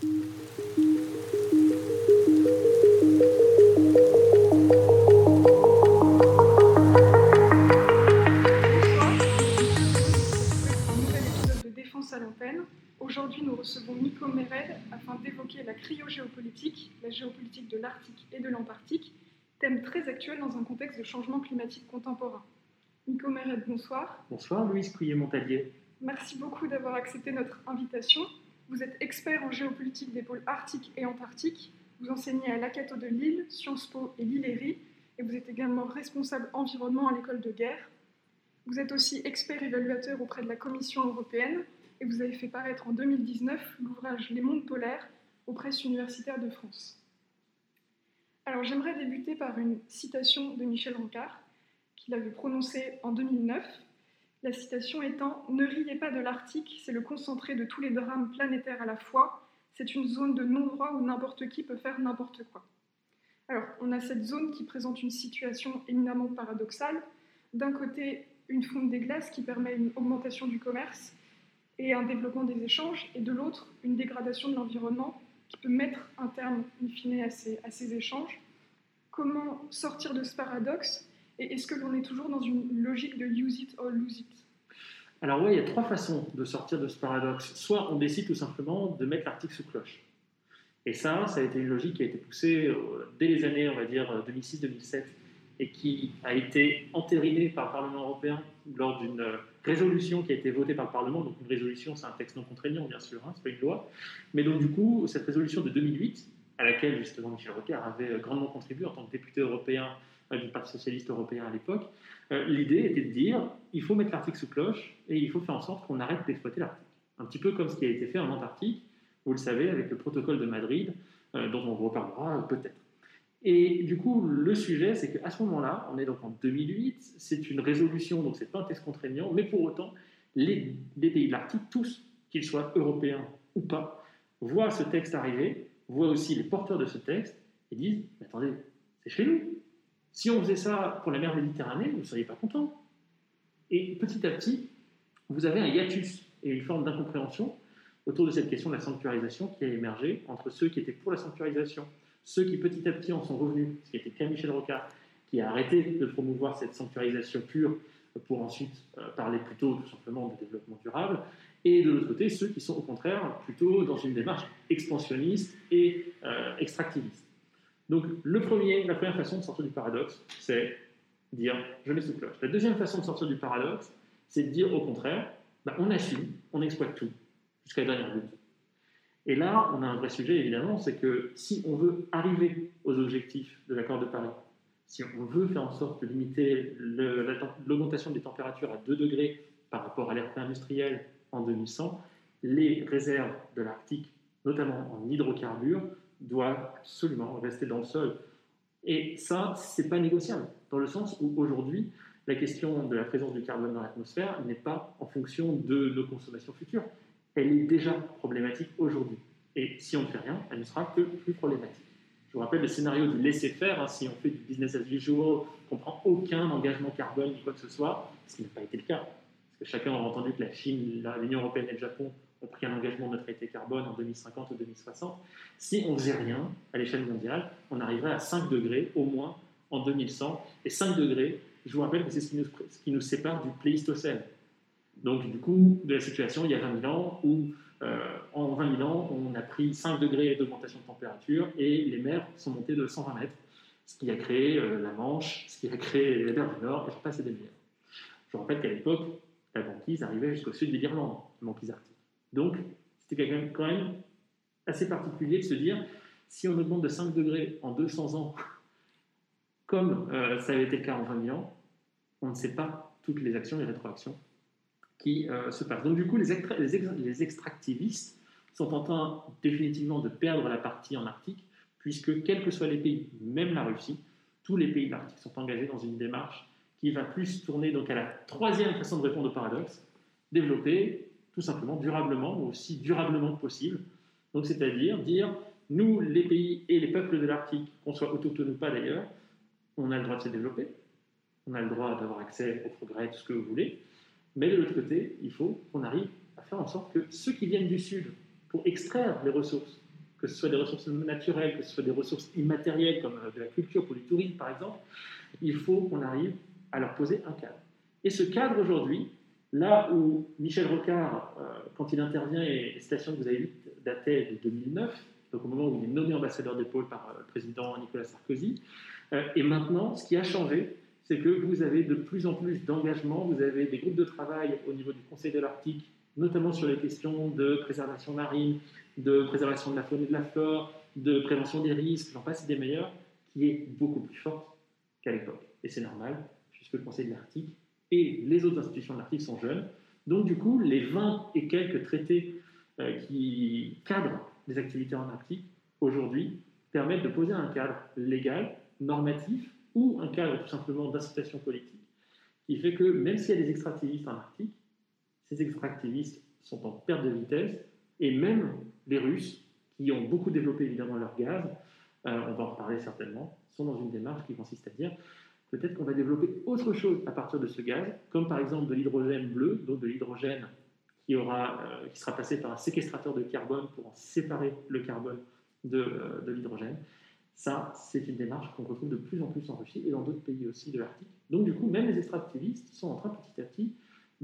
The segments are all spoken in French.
À l'antenne. Aujourd'hui, nous recevons Nico Mered afin d'évoquer la cryogéopolitique, la géopolitique de l'Arctique et de l'Antarctique, thème très actuel dans un contexte de changement climatique contemporain. Nico Mered, bonsoir. Bonsoir Louise Couillet-Montalier. Merci beaucoup d'avoir accepté notre invitation. Vous êtes expert en géopolitique des pôles arctiques et antarctiques. Vous enseignez à l'Acato de Lille, Sciences Po et l'ILERI, et vous êtes également responsable environnement à l'école de guerre. Vous êtes aussi expert évaluateur auprès de la Commission européenne, et vous avez fait paraître en 2019 l'ouvrage Les mondes polaires aux presses universitaires de France. Alors j'aimerais débuter par une citation de Michel Rocard, qu'il avait prononcée en 2009. La citation étant « Ne riez pas de l'Arctique, c'est le concentré de tous les drames planétaires à la fois. C'est une zone de non-droit où n'importe qui peut faire n'importe quoi. » Alors on a cette zone qui présente une situation éminemment paradoxale. D'un côté, une fonte des glaces qui permet une augmentation du commerce et un développement des échanges, et de l'autre, une dégradation de l'environnement qui peut mettre un terme, in fine, à ces échanges. Comment sortir de ce paradoxe, et est-ce que l'on est toujours dans une logique de use it or lose it? Alors oui, il y a trois façons de sortir de ce paradoxe. Soit on décide tout simplement de mettre l'Arctique sous cloche. Et ça a été une logique qui a été poussée dès les années, on va dire, 2006-2007, et qui a été entérinée par le Parlement européen lors d'une résolution qui a été votée par le Parlement. Donc une résolution, c'est un texte non contraignant, bien sûr, c'est pas une loi. Mais donc du coup, cette résolution de 2008, à laquelle justement Michel Rocard avait grandement contribué en tant que député européen du Parti socialiste européen à l'époque, l'idée était de dire il faut mettre l'Arctique sous cloche et il faut faire en sorte qu'on arrête d'exploiter l'Arctique. Un petit peu comme ce qui a été fait en Antarctique, vous le savez, avec le protocole de Madrid, dont on reparlera peut-être. Et du coup, le sujet, c'est qu'à ce moment-là, on est donc en 2008, c'est une résolution, donc c'est pas un texte contraignant, mais pour autant, les pays de l'Arctique, tous, qu'ils soient européens ou pas, voient ce texte arriver, voient aussi les porteurs de ce texte, et disent « Mais attendez, c'est chez nous. Si on faisait ça pour la mer Méditerranée, vous ne seriez pas contents. » Et petit à petit, vous avez un hiatus et une forme d'incompréhension autour de cette question de la sanctuarisation qui a émergé entre ceux qui étaient pour la sanctuarisation, ceux qui petit à petit en sont revenus, ce qui était Pierre Michel Rocard, qui a arrêté de promouvoir cette sanctuarisation pure pour ensuite parler plutôt tout simplement de développement durable, et de l'autre côté, ceux qui sont au contraire plutôt dans une démarche expansionniste et extractiviste. Donc la première façon de sortir du paradoxe, c'est dire je mets sous cloche. La deuxième façon de sortir du paradoxe, c'est de dire au contraire, on assume, on exploite tout, jusqu'à la dernière goutte. Et là, on a un vrai sujet, évidemment, c'est que si on veut arriver aux objectifs de l'accord de Paris, si on veut faire en sorte de limiter l'augmentation des températures à 2 degrés par rapport à l'ère pré-industrielle en 2100, les réserves de l'Arctique, notamment en hydrocarbures, doivent absolument rester dans le sol. Et ça, c'est pas négociable, dans le sens où aujourd'hui, la question de la présence du carbone dans l'atmosphère n'est pas en fonction de nos consommations futures. Elle est déjà problématique aujourd'hui. Et si on ne fait rien, elle ne sera que plus problématique. Je vous rappelle le scénario du laisser-faire, si on fait du business as usual, qu'on ne prend aucun engagement carbone ni quoi que ce soit, ce qui n'a pas été le cas. Parce que chacun aura entendu que la Chine, l'Union européenne et le Japon ont pris un engagement de neutralité carbone en 2050 ou 2060. Si on ne faisait rien à l'échelle mondiale, on arriverait à 5 degrés au moins en 2100. Et 5 degrés, je vous rappelle que c'est ce qui nous sépare du Pléistocène. Donc, du coup, de la situation il y a 20 000 ans où, en 20 000 ans, on a pris 5 degrés d'augmentation de température et les mers sont montées de 120 mètres, ce qui a créé la Manche, ce qui a créé les mers du Nord, et j'en passe et des meilleurs. Je vous rappelle qu'à l'époque, la banquise arrivait jusqu'au sud de l'Irlande, la banquise arctique. Donc, c'était quand même assez particulier de se dire, si on augmente de 5 degrés en 200 ans, comme ça avait été le cas en 20 000 ans, on ne sait pas toutes les actions et rétroactions qui se passent. Donc du coup, les extractivistes sont en train définitivement de perdre la partie en Arctique, puisque quels que soient les pays, même la Russie, tous les pays de l'Arctique sont engagés dans une démarche qui va plus tourner donc à la troisième façon de répondre au paradoxe, développer tout simplement durablement, ou aussi durablement que possible. Donc c'est-à-dire dire, nous, les pays et les peuples de l'Arctique, qu'on soit autochtones ou pas d'ailleurs, on a le droit de se développer, on a le droit d'avoir accès au progrès, tout ce que vous voulez, mais de l'autre côté, il faut qu'on arrive à faire en sorte que ceux qui viennent du Sud pour extraire les ressources que ce soit des ressources naturelles, que ce soit des ressources immatérielles comme de la culture pour du tourisme par exemple, il faut qu'on arrive à leur poser un cadre. Et ce cadre aujourd'hui, là où Michel Rocard, quand il intervient, et les citations que vous avez vues dataient de 2009, donc au moment où il est nommé ambassadeur des pôles par le président Nicolas Sarkozy, et maintenant, ce qui a changé, c'est que vous avez de plus en plus d'engagement, vous avez des groupes de travail au niveau du Conseil de l'Arctique, notamment sur les questions de préservation marine, de préservation de la faune et de la flore, de prévention des risques, j'en passe des meilleurs, qui est beaucoup plus forte qu'à l'époque. Et c'est normal, puisque le Conseil de l'Arctique et les autres institutions de l'Arctique sont jeunes. Donc du coup, les 20 et quelques traités qui cadrent les activités en Arctique, aujourd'hui, permettent de poser un cadre légal, normatif, ou un cadre tout simplement d'incitation politique, qui fait que même s'il y a des extractivistes en Arctique, ces extractivistes sont en perte de vitesse, et même les Russes, qui ont beaucoup développé évidemment leur gaz, on va en reparler certainement, sont dans une démarche qui consiste à dire peut-être qu'on va développer autre chose à partir de ce gaz, comme par exemple de l'hydrogène bleu, donc de l'hydrogène qui sera passé par un séquestrateur de carbone pour en séparer le carbone de l'hydrogène. Ça, c'est une démarche qu'on retrouve de plus en plus en Russie et dans d'autres pays aussi de l'Arctique. Donc du coup, même les extractivistes sont en train petit à petit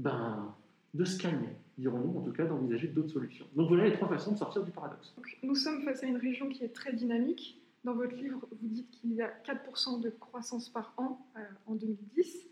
de se calmer, dirons-nous, en tout cas d'envisager d'autres solutions. Donc voilà les trois façons de sortir du paradoxe. Donc, nous sommes face à une région qui est très dynamique. Dans votre livre, vous dites qu'il y a 4% de croissance par an en 2010.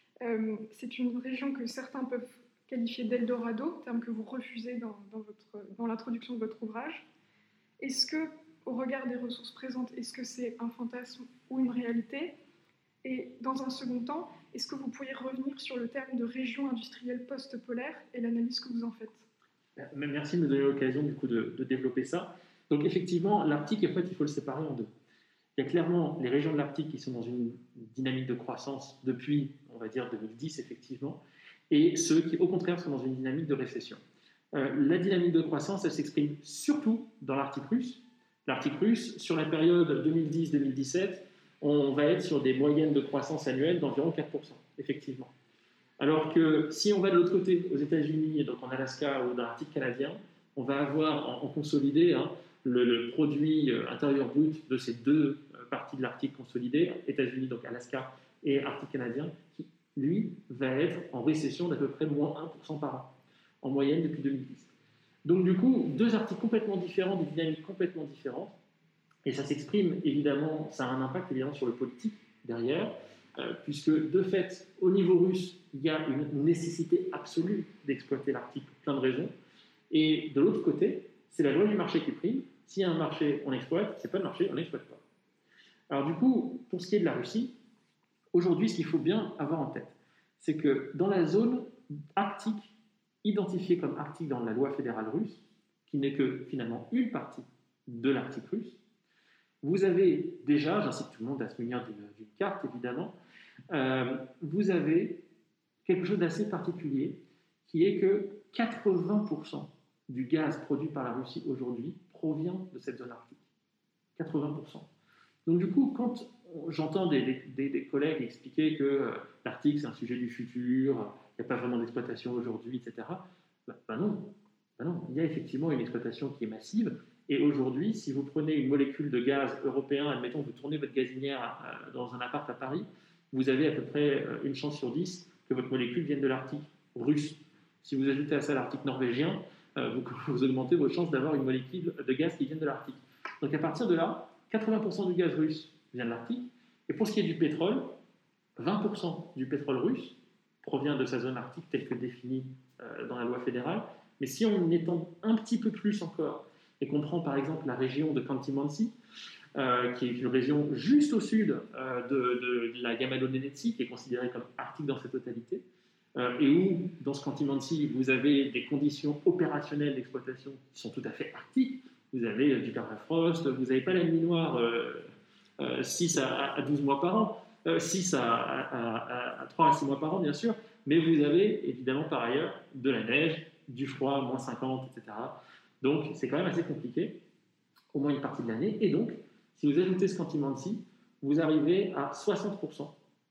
C'est une région que certains peuvent qualifier d'Eldorado, terme que vous refusez dans l'introduction de votre ouvrage. Est-ce que, au regard des ressources présentes, est-ce que c'est un fantasme ou une réalité ? Et dans un second temps, est-ce que vous pourriez revenir sur le terme de région industrielle post-polaire et l'analyse que vous en faites ? Merci de me donner l'occasion du coup de développer ça. Donc effectivement, l'Arctique, en fait, il faut le séparer en deux. Il y a clairement les régions de l'Arctique qui sont dans une dynamique de croissance depuis, on va dire, 2010, effectivement, et ceux qui, au contraire, sont dans une dynamique de récession. La dynamique de croissance, elle s'exprime surtout dans l'Arctique russe. L'Arctique russe, sur la période 2010-2017, on va être sur des moyennes de croissance annuelles d'environ 4%, effectivement. Alors que si on va de l'autre côté, aux États-Unis, donc en Alaska ou dans l'Arctique canadien, on va avoir en consolidé le produit intérieur brut de ces deux parties de l'Arctique consolidées, États-Unis, donc Alaska et Arctique canadien, qui, lui, va être en récession d'à peu près moins 1% par an, en moyenne depuis 2010. Donc du coup, deux Arctiques complètement différents, des dynamiques complètement différentes, et ça s'exprime évidemment, ça a un impact évidemment sur le politique derrière, puisque de fait, au niveau russe, il y a une nécessité absolue d'exploiter l'Arctique pour plein de raisons, et de l'autre côté, c'est la loi du marché qui prime. S'il y a un marché, on exploite. S'il n'y a pas de marché, on n'exploite pas. Alors du coup, pour ce qui est de la Russie, aujourd'hui, ce qu'il faut bien avoir en tête, c'est que dans la zone arctique, identifiée comme arctique dans la loi fédérale russe, qui n'est que finalement une partie de l'Arctique russe, vous avez déjà, j'incite tout le monde à se munir d'une carte évidemment, vous avez quelque chose d'assez particulier, qui est que 80% du gaz produit par la Russie aujourd'hui provient de cette zone arctique. 80%. Donc du coup, quand j'entends des collègues expliquer que l'Arctique c'est un sujet du futur, il n'y a pas vraiment d'exploitation aujourd'hui, etc., non. Il y a effectivement une exploitation qui est massive, et aujourd'hui, si vous prenez une molécule de gaz européen, admettons que vous tournez votre gazinière dans un appart à Paris, vous avez à peu près une chance sur 10 que votre molécule vienne de l'Arctique russe. Si vous ajoutez à ça l'Arctique norvégien, vous augmentez vos chances d'avoir une molécule de gaz qui vient de l'Arctique. Donc à partir de là, 80% du gaz russe vient de l'Arctique. Et pour ce qui est du pétrole, 20% du pétrole russe provient de sa zone arctique telle que définie dans la loi fédérale. Mais si on étend un petit peu plus encore et qu'on prend par exemple la région de Khanty-Mansi, qui est une région juste au sud de la Gamma-Donetski, qui est considérée comme arctique dans sa totalité, et où, dans ce Khanty-Mansi, vous avez des conditions opérationnelles d'exploitation qui sont tout à fait arctiques. Vous avez du permafrost, vous n'avez pas la nuit noire 6 à 12 mois par an, 6 à 3 à 6 mois par an, bien sûr, mais vous avez évidemment par ailleurs de la neige, du froid, moins 50, etc. Donc c'est quand même assez compliqué, au moins une partie de l'année. Et donc, si vous ajoutez ce Khanty-Mansi, vous arrivez à 60%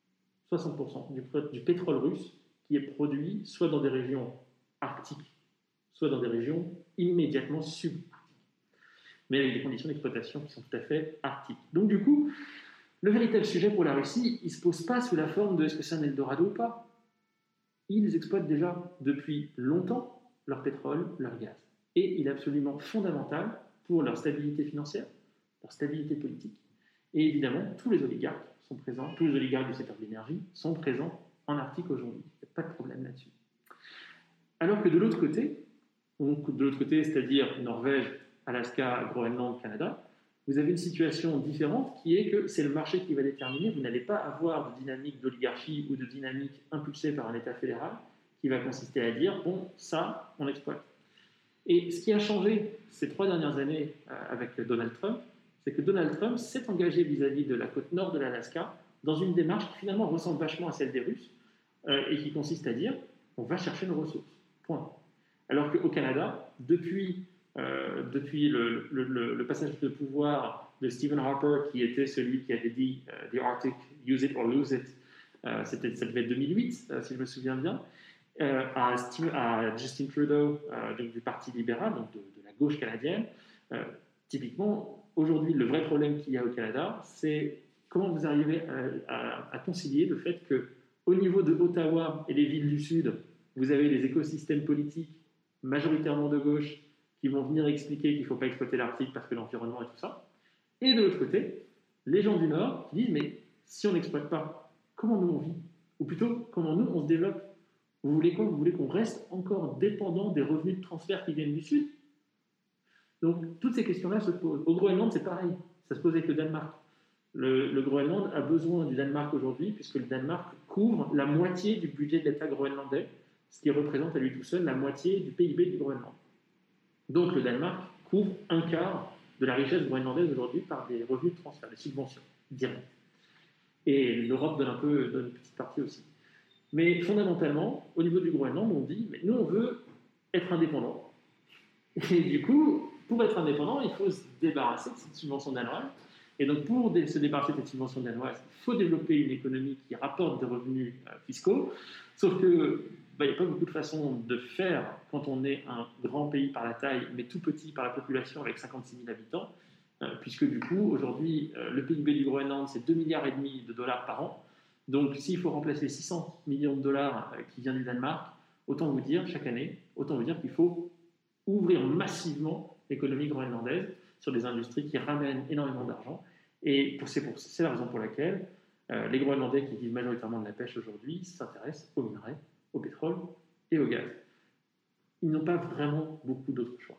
du pétrole russe qui est produit soit dans des régions arctiques, soit dans des régions immédiatement subarctiques. mais avec des conditions d'exploitation qui sont tout à fait arctiques. Donc du coup, le véritable sujet pour la Russie, il ne se pose pas sous la forme de est-ce que c'est un Eldorado ou pas. Ils exploitent déjà depuis longtemps leur pétrole, leur gaz. Et il est absolument fondamental pour leur stabilité financière, leur stabilité politique. Et évidemment, tous les oligarques sont présents, tous les oligarques du secteur de l'énergie sont présents en Arctique aujourd'hui. Il n'y a pas de problème là-dessus. Alors que de l'autre côté, c'est-à-dire Norvège, Alaska, Groenland, Canada, vous avez une situation différente qui est que c'est le marché qui va déterminer. Vous n'allez pas avoir de dynamique d'oligarchie ou de dynamique impulsée par un État fédéral qui va consister à dire bon, ça, on exploite. Et ce qui a changé ces 3 dernières années avec Donald Trump, c'est que Donald Trump s'est engagé vis-à-vis de la côte nord de l'Alaska dans une démarche qui finalement ressemble vachement à celle des Russes et qui consiste à dire on va chercher nos ressources. Point. Alors qu'au Canada, depuis le passage de pouvoir de Stephen Harper, qui était celui qui avait dit The Arctic, use it or lose it, ça devait être 2008, si je me souviens bien, à Justin Trudeau, donc du Parti libéral, donc de la gauche canadienne. Typiquement, aujourd'hui, le vrai problème qu'il y a au Canada, c'est comment vous arrivez à concilier le fait qu'au niveau de Ottawa et des villes du Sud, vous avez des écosystèmes politiques majoritairement de gauche qui vont venir expliquer qu'il ne faut pas exploiter l'Arctique parce que l'environnement et tout ça. Et de l'autre côté, les gens du Nord qui disent mais si on n'exploite pas, comment nous on vit? Ou plutôt, comment nous on se développe? Vous voulez quoi? Vous voulez qu'on reste encore dépendant des revenus de transfert qui viennent du Sud? Donc toutes ces questions-là se posent. Au Groenland, c'est pareil. Ça se pose avec le Danemark. Le Groenland a besoin du Danemark aujourd'hui puisque le Danemark couvre la moitié du budget de l'État groenlandais, ce qui représente à lui tout seul la moitié du PIB du Groenland. Donc le Danemark couvre un quart de la richesse groenlandaise aujourd'hui par des revenus de transfert, des subventions directes. Et l'Europe donne une petite partie aussi. Mais fondamentalement, au niveau du Groenland, on dit mais nous on veut être indépendants. Et du coup, pour être indépendant, il faut se débarrasser de cette subvention danoise. Et donc pour se débarrasser de cette subvention danoise, il faut développer une économie qui rapporte des revenus fiscaux. Sauf que il n'y a pas beaucoup de façons de faire quand on est un grand pays par la taille, mais tout petit par la population avec 56 000 habitants, puisque du coup, aujourd'hui, le PIB du Groenland, c'est 2,5 milliards de dollars par an. Donc, s'il faut remplacer 600 millions de dollars qui viennent du Danemark, autant vous dire, chaque année, qu'il faut ouvrir massivement l'économie groenlandaise sur des industries qui ramènent énormément d'argent. Et c'est la raison pour laquelle les Groenlandais qui vivent majoritairement de la pêche aujourd'hui s'intéressent aux minerais, au pétrole et au gaz. Ils n'ont pas vraiment beaucoup d'autres choix.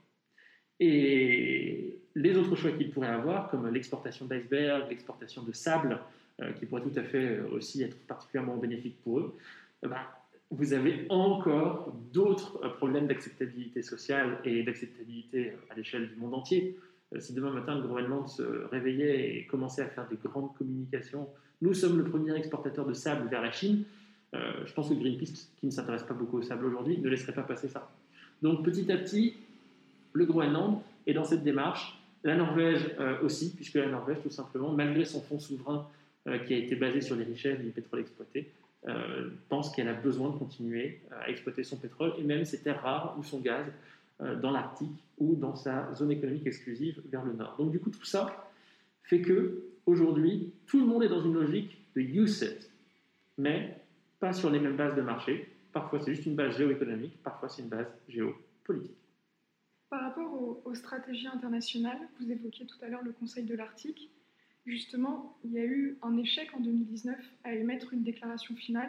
Et les autres choix qu'ils pourraient avoir, comme l'exportation d'icebergs, l'exportation de sable, qui pourrait tout à fait aussi être particulièrement bénéfique pour eux, vous avez encore d'autres problèmes d'acceptabilité sociale et d'acceptabilité à l'échelle du monde entier. Si demain matin le Groenland se réveillait et commençait à faire des grandes communications, nous sommes le premier exportateur de sable vers la Chine, je pense que Greenpeace, qui ne s'intéresse pas beaucoup au sable aujourd'hui, ne laisserait pas passer ça. Donc petit à petit, le Groenland est dans cette démarche, la Norvège aussi, puisque la Norvège, tout simplement, malgré son fonds souverain qui a été basé sur les richesses du pétrole exploité, pense qu'elle a besoin de continuer à exploiter son pétrole et même ses terres rares ou son gaz dans l'Arctique ou dans sa zone économique exclusive vers le nord. Donc du coup, tout ça fait que aujourd'hui, tout le monde est dans une logique de use it, mais pas sur les mêmes bases de marché. Parfois, c'est juste une base géoéconomique, parfois, c'est une base géopolitique. Par rapport aux stratégies internationales, vous évoquiez tout à l'heure le Conseil de l'Arctique. Justement, il y a eu un échec en 2019 à émettre une déclaration finale.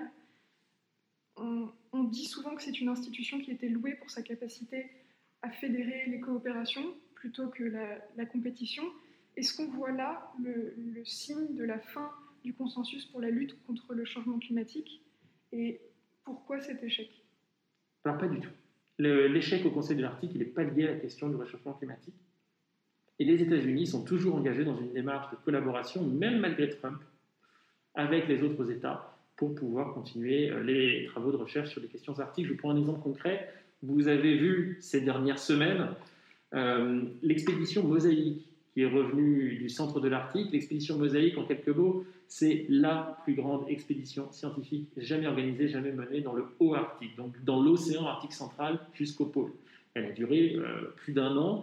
On dit souvent que c'est une institution qui était louée pour sa capacité à fédérer les coopérations plutôt que la compétition. Est-ce qu'on voit là le signe de la fin du consensus pour la lutte contre le changement climatique? Et pourquoi cet échec? Alors, pas du tout. L'échec au Conseil de l'Arctique, il n'est pas lié à la question du réchauffement climatique. Et les États-Unis sont toujours engagés dans une démarche de collaboration, même malgré Trump, avec les autres États, pour pouvoir continuer les travaux de recherche sur les questions arctiques. Je prends un exemple concret. Vous avez vu ces dernières semaines l'expédition Mosaïque qui est revenue du centre de l'Arctique. L'expédition Mosaïque, en quelques mots, c'est la plus grande expédition scientifique jamais organisée, jamais menée dans le haut Arctique, donc dans l'océan Arctique central jusqu'au pôle. Elle a duré plus d'1 an.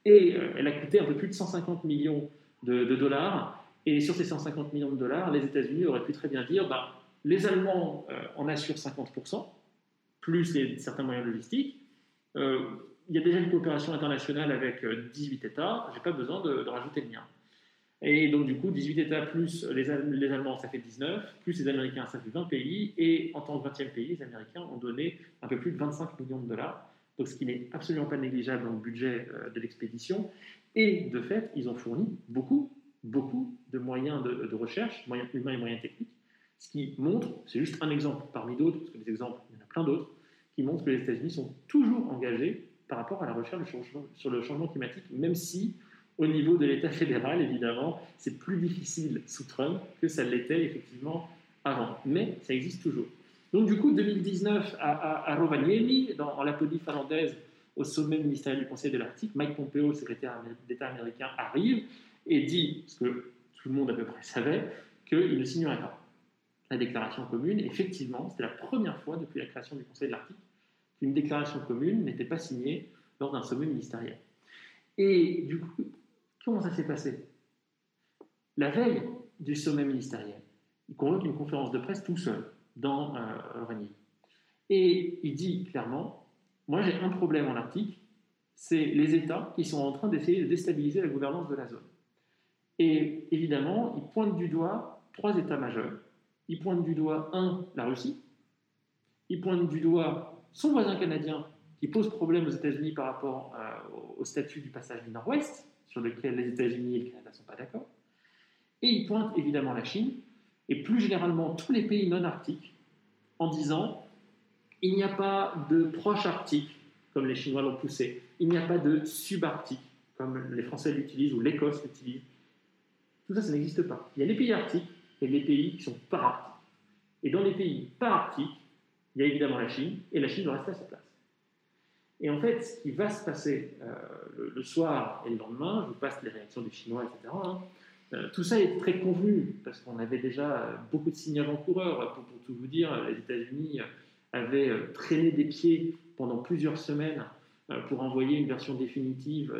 Et elle a coûté un peu plus de 150 millions de dollars. Et sur ces 150 millions de dollars, les États-Unis auraient pu très bien dire les Allemands en assurent 50%, plus certains moyens logistiques. Il y a déjà une coopération internationale avec 18 États, je n'ai pas besoin de rajouter le mien. Et donc, du coup, 18 États plus les Allemands, ça fait 19, plus les Américains, ça fait 20 pays. Et en tant que 20e pays, les Américains ont donné un peu plus de 25 millions de dollars, donc ce qui n'est absolument pas négligeable dans le budget de l'expédition. Et de fait, ils ont fourni beaucoup de moyens de recherche, moyens humains et moyens techniques, ce qui montre, c'est juste un exemple parmi d'autres, parce que des exemples, il y en a plein d'autres, qui montrent que les États-Unis sont toujours engagés par rapport à la recherche sur le changement climatique, même si au niveau de l'État fédéral, évidemment, c'est plus difficile sous Trump que ça l'était effectivement avant. Mais ça existe toujours. Donc du coup, 2019, à Rovaniemi, en Laponie finlandaise, au sommet ministériel du Conseil de l'Arctique, Mike Pompeo, le secrétaire d'État américain, arrive et dit, ce que tout le monde à peu près savait, qu'il ne signerait pas la déclaration commune. Effectivement, c'était la première fois depuis la création du Conseil de l'Arctique qu'une déclaration commune n'était pas signée lors d'un sommet ministériel. Et du coup, comment ça s'est passé? La veille du sommet ministériel, il convoque une conférence de presse tout seul dans Rovaniemi. Et il dit clairement, moi j'ai un problème en Arctique, c'est les États qui sont en train d'essayer de déstabiliser la gouvernance de la zone. Et évidemment, il pointe du doigt 3 États majeurs. Il pointe du doigt, la Russie. Il pointe du doigt son voisin canadien qui pose problème aux États-Unis par rapport au statut du passage du Nord-Ouest, sur lequel les États-Unis et le Canada ne sont pas d'accord. Et il pointe évidemment la Chine, et plus généralement tous les pays non arctiques, en disant il n'y a pas de proche arctique, comme les Chinois l'ont poussé, il n'y a pas de subarctique, comme les Français l'utilisent ou l'Écosse l'utilise. Tout ça, ça n'existe pas. Il y a les pays arctiques et les pays qui sont para-arctiques. Et dans les pays para-arctiques, il y a évidemment la Chine, et la Chine doit rester à sa place. Et en fait, ce qui va se passer le soir et le lendemain, je vous passe les réactions des Chinois, etc., tout ça est très convenu, parce qu'on avait déjà beaucoup de signes avant-coureurs. Pour tout vous dire, les États-Unis avaient traîné des pieds pendant plusieurs semaines pour envoyer une version définitive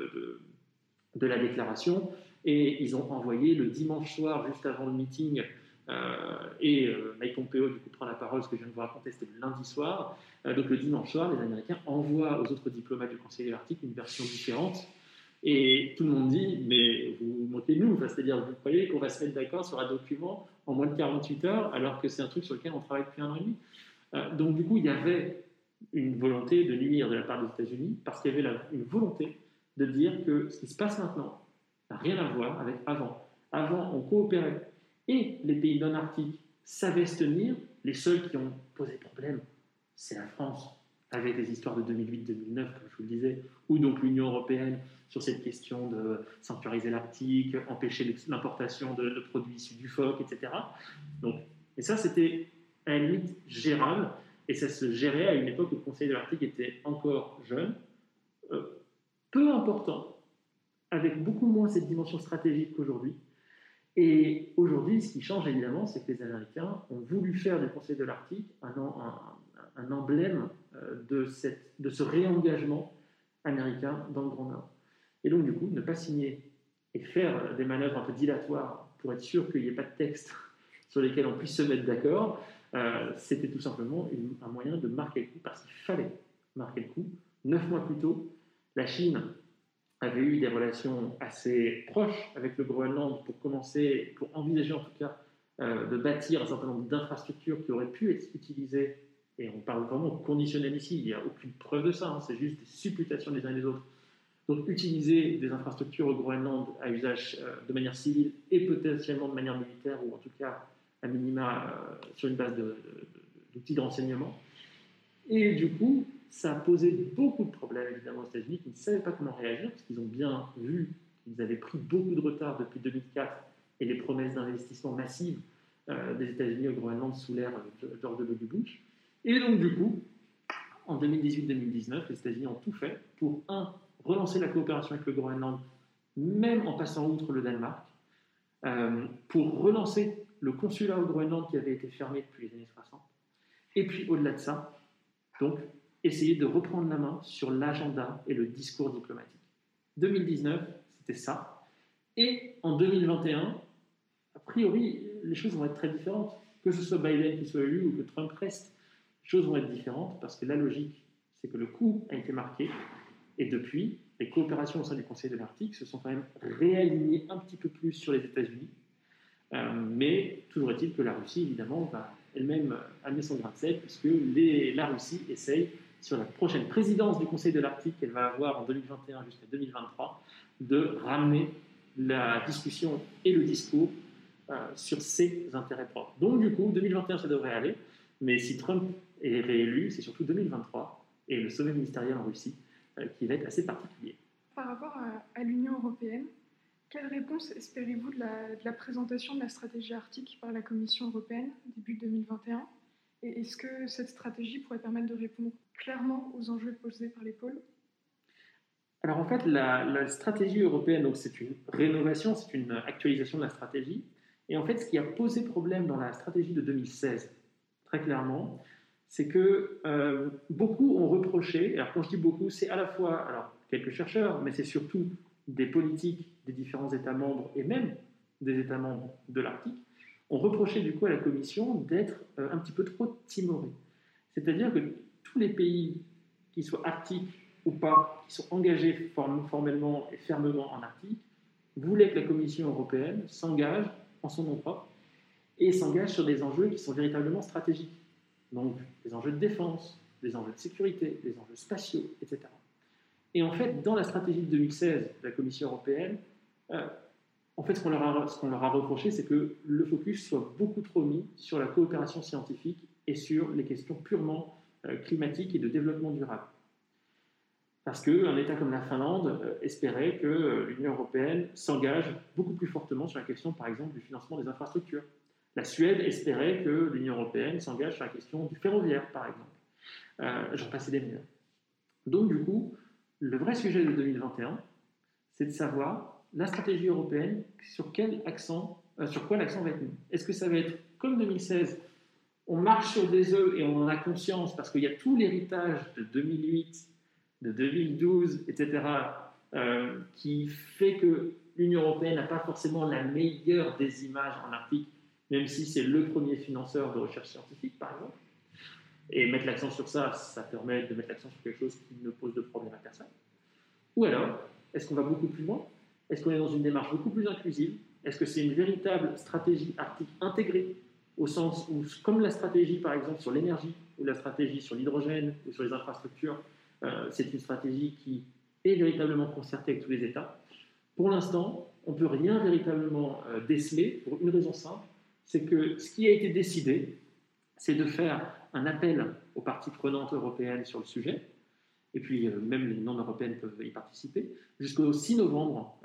de la déclaration, et ils ont envoyé le dimanche soir, juste avant le meeting, Mike Pompeo du coup, prend la parole, ce que je viens de vous raconter, c'était le lundi soir. Donc le dimanche soir, les Américains envoient aux autres diplomates du Conseil de l'Arctique une version différente. Et tout le monde dit, mais vous montez-nous, c'est-à-dire vous croyez qu'on va se mettre d'accord sur un document en moins de 48 heures, alors que c'est un truc sur lequel on travaille depuis 1 an et demi. Donc du coup, il y avait une volonté de nuire de la part des États-Unis, parce qu'il y avait une volonté de dire que ce qui se passe maintenant n'a rien à voir avec avant. Avant, on coopérait. Et les pays non-arctiques savaient se tenir. Les seuls qui ont posé problème, c'est la France, avec les histoires de 2008-2009, comme je vous le disais, ou donc l'Union européenne sur cette question de sanctuariser l'Arctique, empêcher l'importation de produits issus du phoque, etc. Donc, et ça, c'était à la limite gérable, et ça se gérait à une époque où le Conseil de l'Arctique était encore jeune, peu important, avec beaucoup moins cette dimension stratégique qu'aujourd'hui. Et aujourd'hui, ce qui change évidemment, c'est que les Américains ont voulu faire du Conseil de l'Arctique un emblème de ce réengagement américain dans le Grand Nord. Et donc, du coup, ne pas signer et faire des manœuvres un peu dilatoires pour être sûr qu'il n'y ait pas de texte sur lesquels on puisse se mettre d'accord, c'était tout simplement un moyen de marquer le coup, parce qu'il fallait marquer le coup. 9 mois plus tôt, la Chine avait eu des relations assez proches avec le Groenland pour envisager en tout cas de bâtir un certain nombre d'infrastructures qui auraient pu être utilisées, et on parle vraiment conditionnel ici, il n'y a aucune preuve de ça, c'est juste des supputations des uns et des autres. Donc utiliser des infrastructures au Groenland à usage de manière civile et potentiellement de manière militaire, ou en tout cas à minima sur une base d'outils de renseignement. Et du coup, ça a posé beaucoup de problèmes évidemment aux États-Unis, qui ne savaient pas comment réagir, parce qu'ils ont bien vu qu'ils avaient pris beaucoup de retard depuis 2004 et les promesses d'investissement massifs des États-Unis au Groenland sous l'ère George W. Bush. Et donc du coup, en 2018-2019, les États-Unis ont tout fait pour, relancer la coopération avec le Groenland, même en passant outre le Danemark, pour relancer le consulat au Groenland qui avait été fermé depuis les années 60. Et puis au-delà de ça, donc, essayer de reprendre la main sur l'agenda et le discours diplomatique. 2019, c'était ça. Et en 2021, a priori, les choses vont être très différentes. Que ce soit Biden qui soit élu ou que Trump reste, les choses vont être différentes parce que la logique, c'est que le coup a été marqué. Et depuis, les coopérations au sein du Conseil de l'Arctique se sont quand même réalignées un petit peu plus sur les États-Unis. Mais toujours est-il que la Russie, évidemment, va elle-même amener son grain de sel, puisque la Russie essaye, sur la prochaine présidence du Conseil de l'Arctique qu'elle va avoir en 2021 jusqu'à 2023, de ramener la discussion et le discours sur ses intérêts propres. Donc du coup, 2021, ça devrait aller, mais si Trump est réélu, c'est surtout 2023 et le sommet ministériel en Russie qui va être assez particulier. Par rapport à l'Union européenne, quelle réponse espérez-vous de la présentation de la stratégie arctique par la Commission européenne début 2021 ? Et est-ce que cette stratégie pourrait permettre de répondre clairement aux enjeux posés par les pôles ? Alors en fait, la stratégie européenne, donc c'est une rénovation, c'est une actualisation de la stratégie. Et en fait, ce qui a posé problème dans la stratégie de 2016, très clairement, c'est que beaucoup ont reproché, alors quand je dis beaucoup, c'est à la fois quelques chercheurs, mais c'est surtout des politiques des différents États membres et même des États membres de l'Arctique, ont reproché du coup à la Commission d'être un petit peu trop timorée. C'est-à-dire que tous les pays, qu'ils soient arctiques ou pas, qui sont engagés formellement et fermement en Arctique, voulaient que la Commission européenne s'engage en son nom propre et s'engage sur des enjeux qui sont véritablement stratégiques. Donc des enjeux de défense, des enjeux de sécurité, des enjeux spatiaux, etc. Et en fait, dans la stratégie de 2016 de la Commission européenne, en fait, ce qu'on leur a reproché, c'est que le focus soit beaucoup trop mis sur la coopération scientifique et sur les questions purement climatiques et de développement durable. Parce qu'un État comme la Finlande espérait que l'Union européenne s'engage beaucoup plus fortement sur la question, par exemple, du financement des infrastructures. La Suède espérait que l'Union européenne s'engage sur la question du ferroviaire, par exemple. J'en passais des meilleurs. Donc, du coup, le vrai sujet de 2021, c'est de savoir la stratégie européenne, sur quoi l'accent va être mis. Est-ce que ça va être comme 2016, on marche sur des œufs et on en a conscience parce qu'il y a tout l'héritage de 2008, de 2012, etc., qui fait que l'Union européenne n'a pas forcément la meilleure des images en Arctique, même si c'est le premier financeur de recherche scientifique, par exemple. Et mettre l'accent sur ça, ça permet de mettre l'accent sur quelque chose qui ne pose de problème à personne. Ou alors, est-ce qu'on va beaucoup plus loin ? Est-ce qu'on est dans une démarche beaucoup plus inclusive ? Est-ce que c'est une véritable stratégie arctique intégrée, au sens où, comme la stratégie, par exemple, sur l'énergie, ou la stratégie sur l'hydrogène, ou sur les infrastructures, c'est une stratégie qui est véritablement concertée avec tous les États. Pour l'instant, on ne peut rien véritablement déceler, pour une raison simple, c'est que ce qui a été décidé, c'est de faire un appel aux parties prenantes européennes sur le sujet, et puis même les non-européennes peuvent y participer, jusqu'au 6 novembre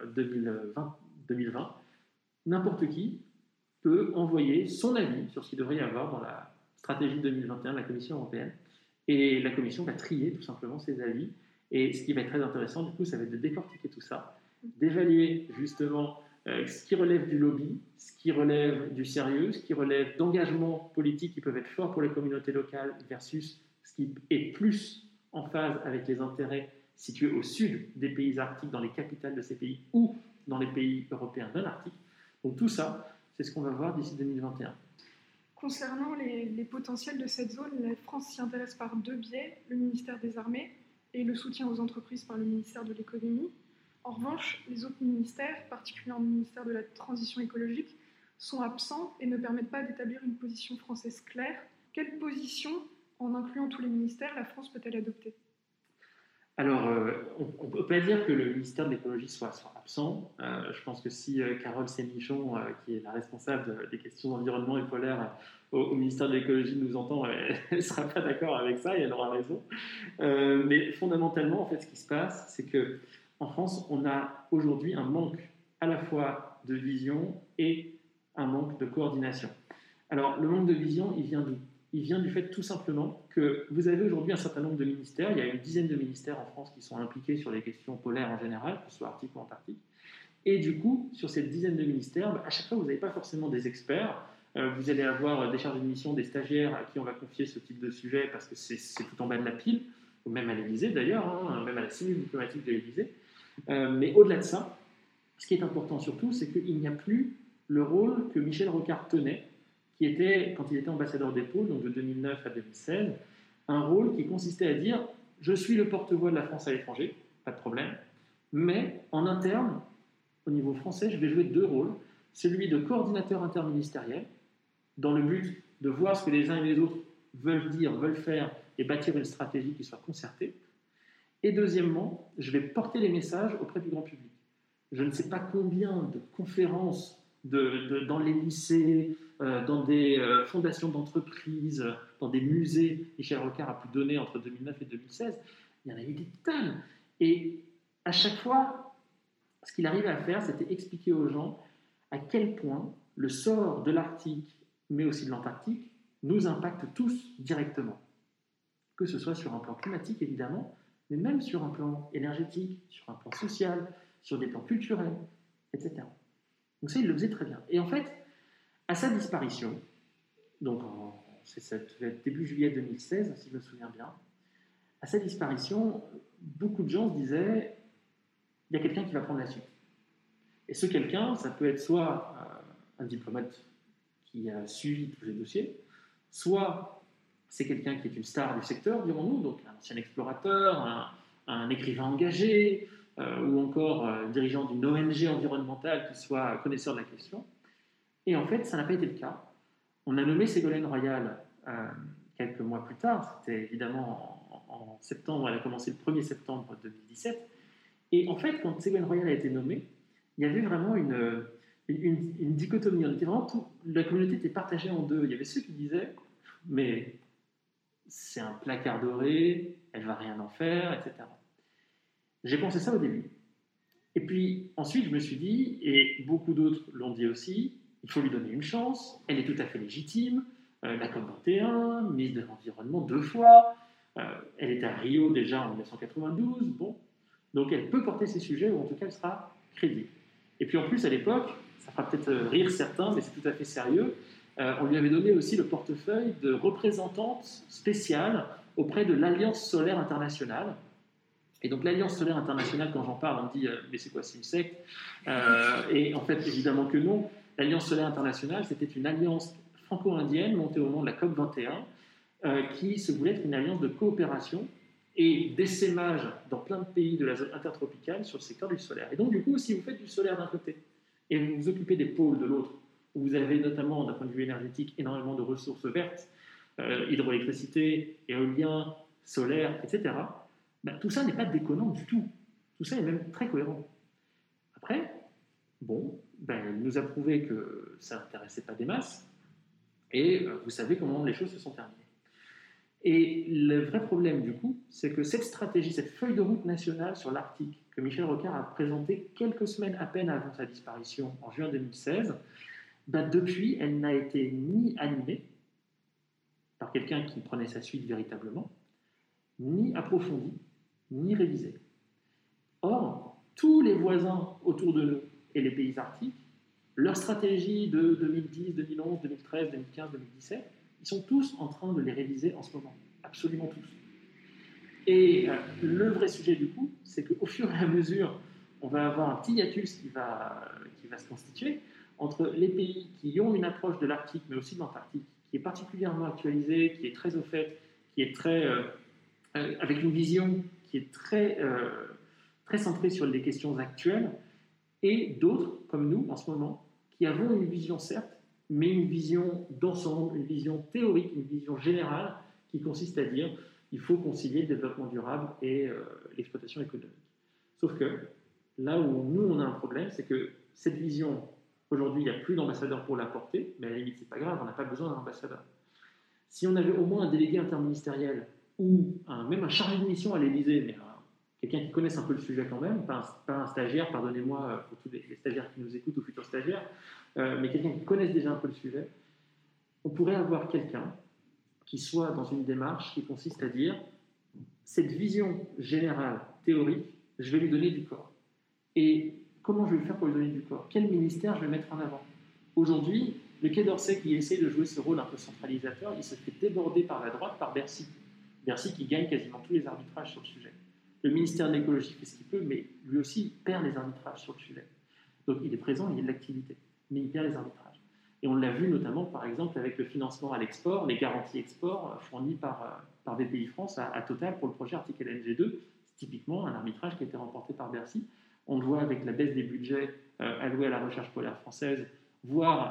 2020, n'importe qui peut envoyer son avis sur ce qu'il devrait y avoir dans la stratégie 2021 de la Commission européenne, et la Commission va trier tout simplement ses avis, et ce qui va être très intéressant, du coup, ça va être de décortiquer tout ça, d'évaluer justement ce qui relève du lobby, ce qui relève du sérieux, ce qui relève d'engagements politiques qui peuvent être forts pour les communautés locales versus ce qui est plus en phase avec les intérêts situés au sud des pays arctiques, dans les capitales de ces pays ou dans les pays européens non arctiques. Donc tout ça, c'est ce qu'on va voir d'ici 2021. Concernant les potentiels de cette zone, la France s'y intéresse par deux biais, le ministère des Armées et le soutien aux entreprises par le ministère de l'Économie. En revanche, les autres ministères, particulièrement le ministère de la Transition écologique, sont absents et ne permettent pas d'établir une position française claire. Quelle position, en incluant tous les ministères, la France peut-elle adopter ? Alors, on ne peut pas dire que le ministère de l'écologie soit absent. Je pense que si Carole Sénichon, qui est la responsable des questions d'environnement et polaire au ministère de l'écologie, nous entend, elle ne sera pas d'accord avec ça et elle aura raison. Mais fondamentalement, en fait, ce qui se passe, c'est qu'en France, on a aujourd'hui un manque à la fois de vision et un manque de coordination. Alors, le manque de vision, il vient d'où ? Il vient du fait tout simplement que vous avez aujourd'hui un certain nombre de ministères, il y a une dizaine de ministères en France qui sont impliqués sur les questions polaires en général, que ce soit arctique ou antarctique, et du coup, sur cette dizaine de ministères, à chaque fois, vous n'avez pas forcément des experts, vous allez avoir des chargés de mission, des stagiaires à qui on va confier ce type de sujet parce que c'est tout en bas de la pile, ou même à l'Élysée d'ailleurs, même à la cellule diplomatique de l'Élysée, Mais au-delà de ça, ce qui est important surtout, c'est qu'il n'y a plus le rôle que Michel Rocard tenait, qui était, quand il était ambassadeur des pôles, donc de 2009 à 2016, un rôle qui consistait à dire « je suis le porte-voix de la France à l'étranger, pas de problème, mais en interne, au niveau français, je vais jouer deux rôles, celui de coordinateur interministériel, dans le but de voir ce que les uns et les autres veulent dire, veulent faire, et bâtir une stratégie qui soit concertée. Et deuxièmement, je vais porter les messages auprès du grand public. Je ne sais pas combien de conférences dans les lycées, dans des fondations d'entreprises, dans des musées, Michel Rocard a pu donner entre 2009 et 2016. Il y en a eu des tonnes. Et à chaque fois, ce qu'il arrivait à faire, c'était expliquer aux gens à quel point le sort de l'Arctique, mais aussi de l'Antarctique, nous impacte tous directement. Que ce soit sur un plan climatique, évidemment, mais même sur un plan énergétique, sur un plan social, sur des plans culturels, etc. Donc ça, il le faisait très bien. Et en fait, à sa disparition, donc ça devait être début juillet 2016, si je me souviens bien, à sa disparition, beaucoup de gens se disaient il y a quelqu'un qui va prendre la suite. Et ce quelqu'un, ça peut être soit un diplomate qui a suivi tous les dossiers, soit c'est quelqu'un qui est une star du secteur, dirons-nous, donc un ancien explorateur, un écrivain engagé, ou encore dirigeant d'une ONG environnementale qui soit connaisseur de la question. Et en fait, ça n'a pas été le cas. On a nommé Ségolène Royal quelques mois plus tard, c'était évidemment en septembre, elle a commencé le 1er septembre 2017. Et en fait, quand Ségolène Royal a été nommée, il y avait vraiment une dichotomie. On était vraiment la communauté était partagée en deux. Il y avait ceux qui disaient « mais c'est un placard doré, elle ne va rien en faire, etc. » J'ai pensé ça au début. Et puis ensuite, je me suis dit, et beaucoup d'autres l'ont dit aussi, il faut lui donner une chance, elle est tout à fait légitime, la COP21, ministre de l'Environnement 2 fois, elle était à Rio déjà en 1992, bon, donc elle peut porter ces sujets, ou en tout cas elle sera crédible. Et puis en plus, à l'époque, ça fera peut-être rire certains, mais c'est tout à fait sérieux, on lui avait donné aussi le portefeuille de représentante spéciale auprès de l'Alliance solaire internationale. Et donc l'Alliance solaire internationale, quand j'en parle, on me dit mais c'est quoi, c'est une secte Et en fait, évidemment que non. L'Alliance solaire internationale, c'était une alliance franco-indienne montée au moment de la COP21 qui se voulait être une alliance de coopération et d'essaimage dans plein de pays de la zone intertropicale sur le secteur du solaire. Et donc du coup, si vous faites du solaire d'un côté et vous vous occupez des pôles de l'autre, où vous avez notamment, d'un point de vue énergétique, énormément de ressources vertes, hydroélectricité, éolien, solaire, etc., ben, tout ça n'est pas déconnant du tout. Tout ça est même très cohérent. Après, bon, ben, il nous a prouvé que ça n'intéressait pas des masses, et vous savez comment les choses se sont terminées. Et le vrai problème, du coup, c'est que cette stratégie, cette feuille de route nationale sur l'Arctique, que Michel Rocard a présentée quelques semaines à peine avant sa disparition, en juin 2016, ben, depuis, elle n'a été ni animée par quelqu'un qui prenait sa suite véritablement, ni approfondie, ni révisée. Or, tous les voisins autour de nous et les pays arctiques, leur stratégie de 2010, 2011, 2013, 2015, 2017, ils sont tous en train de les réviser en ce moment. Absolument tous. Et le vrai sujet, du coup, c'est qu'au fur et à mesure, on va avoir un petit hiatus qui va se constituer entre les pays qui ont une approche de l'Arctique, mais aussi de l'Antarctique, qui est particulièrement actualisée, qui est très au fait, qui est très... avec une vision qui est très centrée sur les questions actuelles, et d'autres, comme nous, en ce moment, qui avons une vision, certes, mais une vision d'ensemble, une vision théorique, une vision générale, qui consiste à dire qu'il faut concilier le développement durable et l'exploitation économique. Sauf que, là où nous, on a un problème, c'est que cette vision, aujourd'hui, il n'y a plus d'ambassadeur pour la porter, mais à la limite, c'est pas grave, on n'a pas besoin d'un ambassadeur. Si on avait au moins un délégué interministériel ou même un chargé de mission à l'Élysée, mais quelqu'un qui connaisse un peu le sujet quand même, pas un stagiaire, pardonnez-moi pour tous les stagiaires qui nous écoutent ou futurs stagiaires, mais quelqu'un qui connaisse déjà un peu le sujet, on pourrait avoir quelqu'un qui soit dans une démarche qui consiste à dire cette vision générale, théorique, je vais lui donner du corps. Et comment je vais le faire pour lui donner du corps? Quel ministère je vais mettre en avant? Aujourd'hui, le Quai d'Orsay qui essaie de jouer ce rôle un peu centralisateur, il se fait déborder par la droite, par Bercy. Bercy qui gagne quasiment tous les arbitrages sur le sujet. Le ministère de l'écologie fait ce qu'il peut, mais lui aussi perd les arbitrages sur le sujet. Donc il est présent, il y a de l'activité, mais il perd les arbitrages. Et on l'a vu notamment, par exemple, avec le financement à l'export, les garanties export fournies par Bpifrance à Total pour le projet Arctic LNG 2. C'est typiquement un arbitrage qui a été remporté par Bercy. On le voit avec la baisse des budgets alloués à la recherche polaire française, voire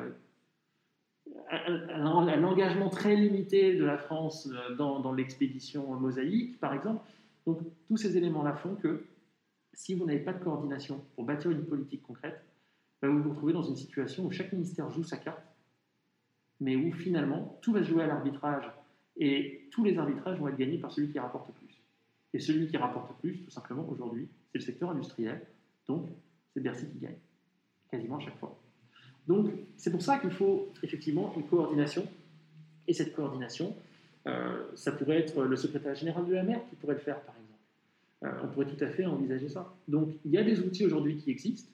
à l'engagement très limité de la France dans l'expédition Mosaïque, par exemple. Donc, tous ces éléments-là font que si vous n'avez pas de coordination pour bâtir une politique concrète, vous vous retrouvez dans une situation où chaque ministère joue sa carte, mais où finalement, tout va se jouer à l'arbitrage, et tous les arbitrages vont être gagnés par celui qui rapporte plus. Et celui qui rapporte plus, tout simplement, aujourd'hui, c'est le secteur industriel, donc c'est Bercy qui gagne, quasiment à chaque fois. Donc, c'est pour ça qu'il faut effectivement une coordination, et cette coordination, ça pourrait être le secrétaire général de la mer qui pourrait le faire, par exemple. On pourrait tout à fait envisager ça. Donc, il y a des outils aujourd'hui qui existent,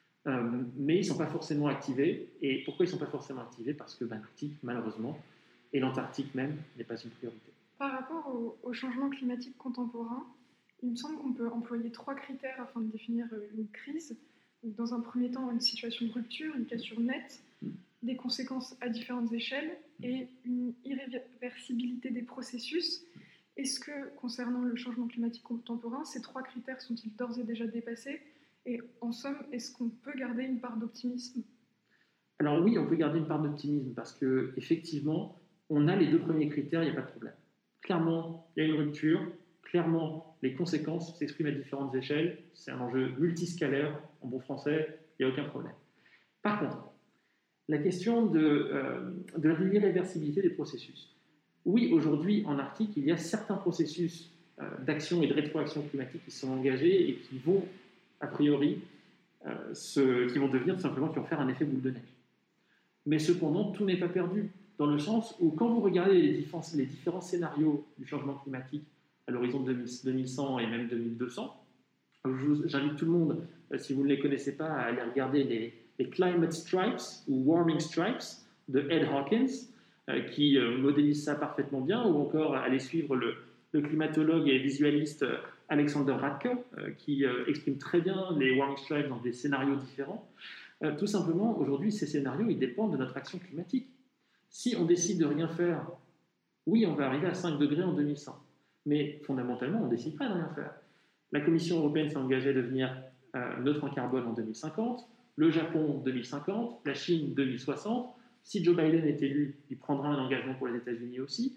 mais ils ne sont pas forcément activés. Et pourquoi ils ne sont pas forcément activés? Parce que l'Arctique, malheureusement, et l'Antarctique même, n'est pas une priorité. Par rapport au changement climatique contemporain, il me semble qu'on peut employer 3 critères afin de définir une crise. Donc, dans un premier temps, une situation de rupture, une cassure nette, des conséquences à différentes échelles et une irréversibilité des processus. Est-ce que, concernant le changement climatique contemporain, ces 3 critères sont-ils d'ores et déjà dépassés? Et en somme, est-ce qu'on peut garder une part d'optimisme? Alors oui, on peut garder une part d'optimisme parce qu'effectivement, on a les 2 premiers critères, il n'y a pas de problème. Clairement, il y a une rupture. Clairement, les conséquences s'expriment à différentes échelles. C'est un enjeu multiscalaire. En bon français, il n'y a aucun problème. Par contre, la question de l'irréversibilité des processus. Oui, aujourd'hui, en Arctique, il y a certains processus d'action et de rétroaction climatique qui sont engagés et qui vont, a priori, qui vont devenir tout simplement, qui vont faire un effet boule de neige. Mais cependant, tout n'est pas perdu, dans le sens où, quand vous regardez les différents scénarios du changement climatique à l'horizon de 2100 et même 2200, j'invite tout le monde, si vous ne les connaissez pas, à aller regarder les Climate Stripes ou Warming Stripes de Ed Hawkins, qui modélise ça parfaitement bien, ou encore à aller suivre le climatologue et visualiste Alexander Radke, qui exprime très bien les Warming Stripes dans des scénarios différents. Tout simplement, aujourd'hui, ces scénarios, ils dépendent de notre action climatique. Si on décide de rien faire, oui, on va arriver à 5 degrés en 2100. Mais fondamentalement, on ne décide pas de rien faire. La Commission européenne s'est engagée à devenir neutre en carbone en 2050, le Japon 2050, la Chine 2060. Si Joe Biden est élu, il prendra un engagement pour les États-Unis aussi.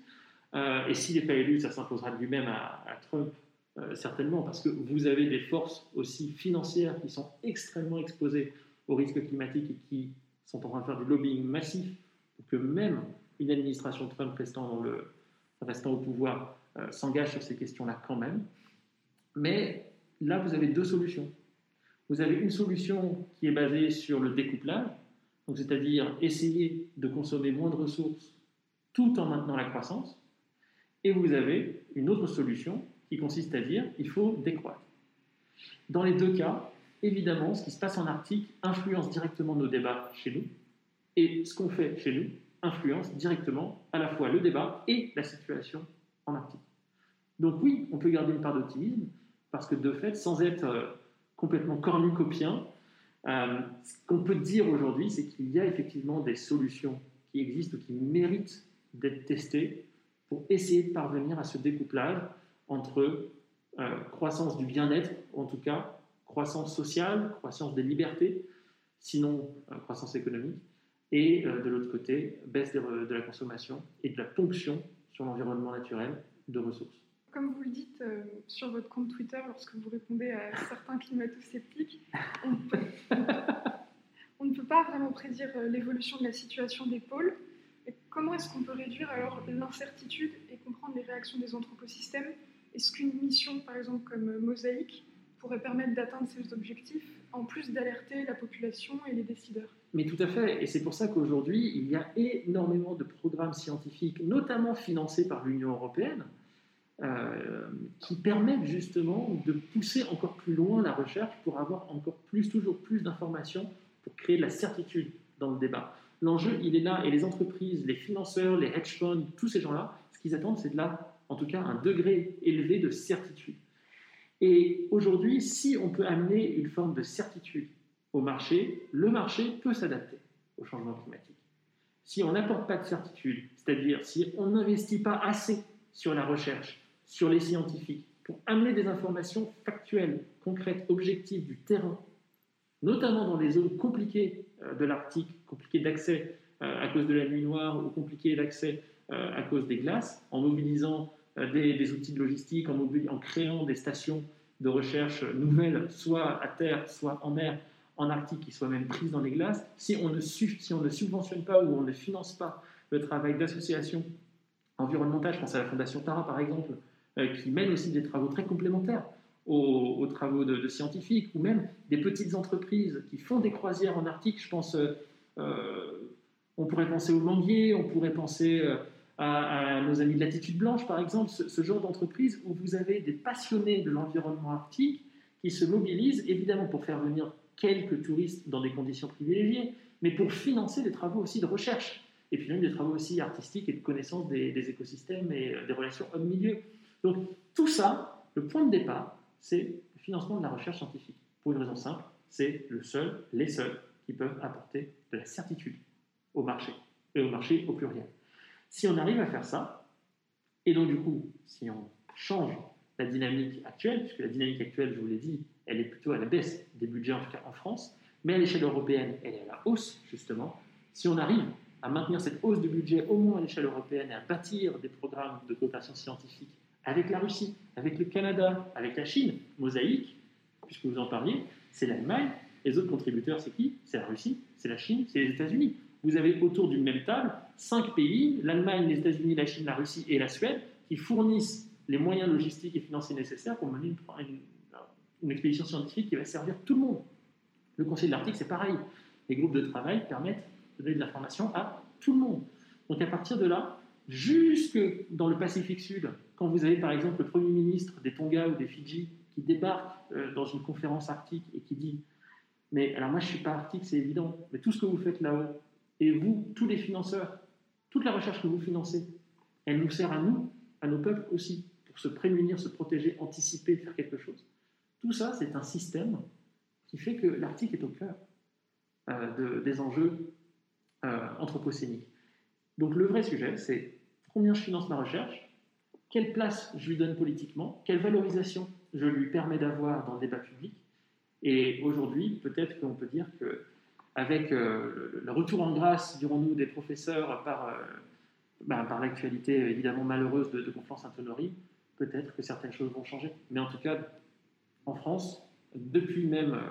Et s'il n'est pas élu, ça s'imposera de lui-même à Trump, certainement, parce que vous avez des forces aussi financières qui sont extrêmement exposées aux risques climatiques et qui sont en train de faire du lobbying massif pour que même une administration Trump restant au pouvoir s'engage sur ces questions-là quand même. Mais là, vous avez 2 solutions. Vous avez une solution qui est basée sur le découplage, donc c'est-à-dire essayer de consommer moins de ressources tout en maintenant la croissance. Et vous avez une autre solution qui consiste à dire qu'il faut décroître. Dans les 2 cas, évidemment, ce qui se passe en Arctique influence directement nos débats chez nous, et ce qu'on fait chez nous influence directement à la fois le débat et la situation en Arctique. Donc oui, on peut garder une part d'optimisme, parce que de fait, sans être complètement cornucopien, ce qu'on peut dire aujourd'hui, c'est qu'il y a effectivement des solutions qui existent ou qui méritent d'être testées pour essayer de parvenir à ce découplage entre croissance du bien-être, ou en tout cas croissance sociale, croissance des libertés, sinon croissance économique, et de l'autre côté, baisse de la consommation et de la ponction sur l'environnement naturel de ressources. Comme vous le dites sur votre compte Twitter, lorsque vous répondez à certains climato-sceptiques, on ne peut pas vraiment prédire l'évolution de la situation des pôles. Et comment est-ce qu'on peut réduire alors l'incertitude et comprendre les réactions des anthroposystèmes? Est-ce qu'une mission, par exemple, comme Mosaïque, pourrait permettre d'atteindre ces objectifs, en plus d'alerter la population et les décideurs? Mais tout à fait, et c'est pour ça qu'aujourd'hui, il y a énormément de programmes scientifiques, notamment financés par l'Union européenne, qui permettent justement de pousser encore plus loin la recherche pour avoir toujours plus d'informations pour créer de la certitude dans le débat. L'enjeu, il est là, et les entreprises, les financeurs, les hedge funds, tous ces gens-là, ce qu'ils attendent, c'est de là, en tout cas, un degré élevé de certitude. Et aujourd'hui, si on peut amener une forme de certitude au marché, le marché peut s'adapter au changement climatique. Si on n'apporte pas de certitude, c'est-à-dire si on n'investit pas assez sur la recherche, sur les scientifiques, pour amener des informations factuelles, concrètes, objectives du terrain, notamment dans les zones compliquées de l'Arctique, compliquées d'accès à cause de la nuit noire ou compliquées d'accès à cause des glaces, en mobilisant des outils de logistique, en créant des stations de recherche nouvelles, soit à terre, soit en mer, en Arctique, qui soient même prises dans les glaces, si on ne subventionne pas ou on ne finance pas le travail d'associations environnementales, je pense à la Fondation Tara par exemple, qui mène aussi des travaux très complémentaires aux travaux de scientifiques, ou même des petites entreprises qui font des croisières en Arctique. Je pense, on pourrait penser aux manguiers, on pourrait penser à nos amis de Latitude Blanche, par exemple, ce genre d'entreprise où vous avez des passionnés de l'environnement arctique qui se mobilisent, évidemment pour faire venir quelques touristes dans des conditions privilégiées, mais pour financer des travaux aussi de recherche, et puis même des travaux aussi artistiques et de connaissance des écosystèmes et des relations homme-milieu. Donc tout ça, le point de départ, c'est le financement de la recherche scientifique. Pour une raison simple, c'est les seuls qui peuvent apporter de la certitude au marché, et au marché au pluriel. Si on arrive à faire ça, et donc du coup, si on change la dynamique actuelle, puisque la dynamique actuelle, je vous l'ai dit, elle est plutôt à la baisse des budgets, en tout cas en France, mais à l'échelle européenne, elle est à la hausse, justement. Si on arrive à maintenir cette hausse de budget au moins à l'échelle européenne et à bâtir des programmes de coopération scientifique avec la Russie, avec le Canada, avec la Chine, mosaïque, puisque vous en parliez, c'est l'Allemagne. Les autres contributeurs, c'est qui? C'est la Russie, c'est la Chine, c'est les États-Unis. Vous avez autour d'une même table 5 pays, l'Allemagne, les États-Unis, la Chine, la Russie et la Suède, qui fournissent les moyens logistiques et financiers nécessaires pour mener une expédition scientifique qui va servir tout le monde. Le Conseil de l'Arctique, c'est pareil. Les groupes de travail permettent de donner de l'information à tout le monde. Donc à partir de là, jusque dans le Pacifique Sud, quand vous avez par exemple le Premier ministre des Tonga ou des Fidji qui débarque dans une conférence arctique et qui dit « Mais alors moi je ne suis pas arctique, c'est évident, mais tout ce que vous faites là-haut, et vous, tous les financeurs, toute la recherche que vous financez, elle nous sert à nous, à nos peuples aussi, pour se prémunir, se protéger, anticiper, faire quelque chose. » Tout ça, c'est un système qui fait que l'Arctique est au cœur des enjeux anthropocéniques. Donc le vrai sujet, c'est combien je finance ma recherche, quelle place je lui donne politiquement, quelle valorisation je lui permets d'avoir dans le débat public. Et aujourd'hui, peut-être qu'on peut dire qu'avec le retour en grâce, dirons-nous, des professeurs par l'actualité évidemment malheureuse de Conflans-Sainte-Honorine, peut-être que certaines choses vont changer. Mais en tout cas, en France, depuis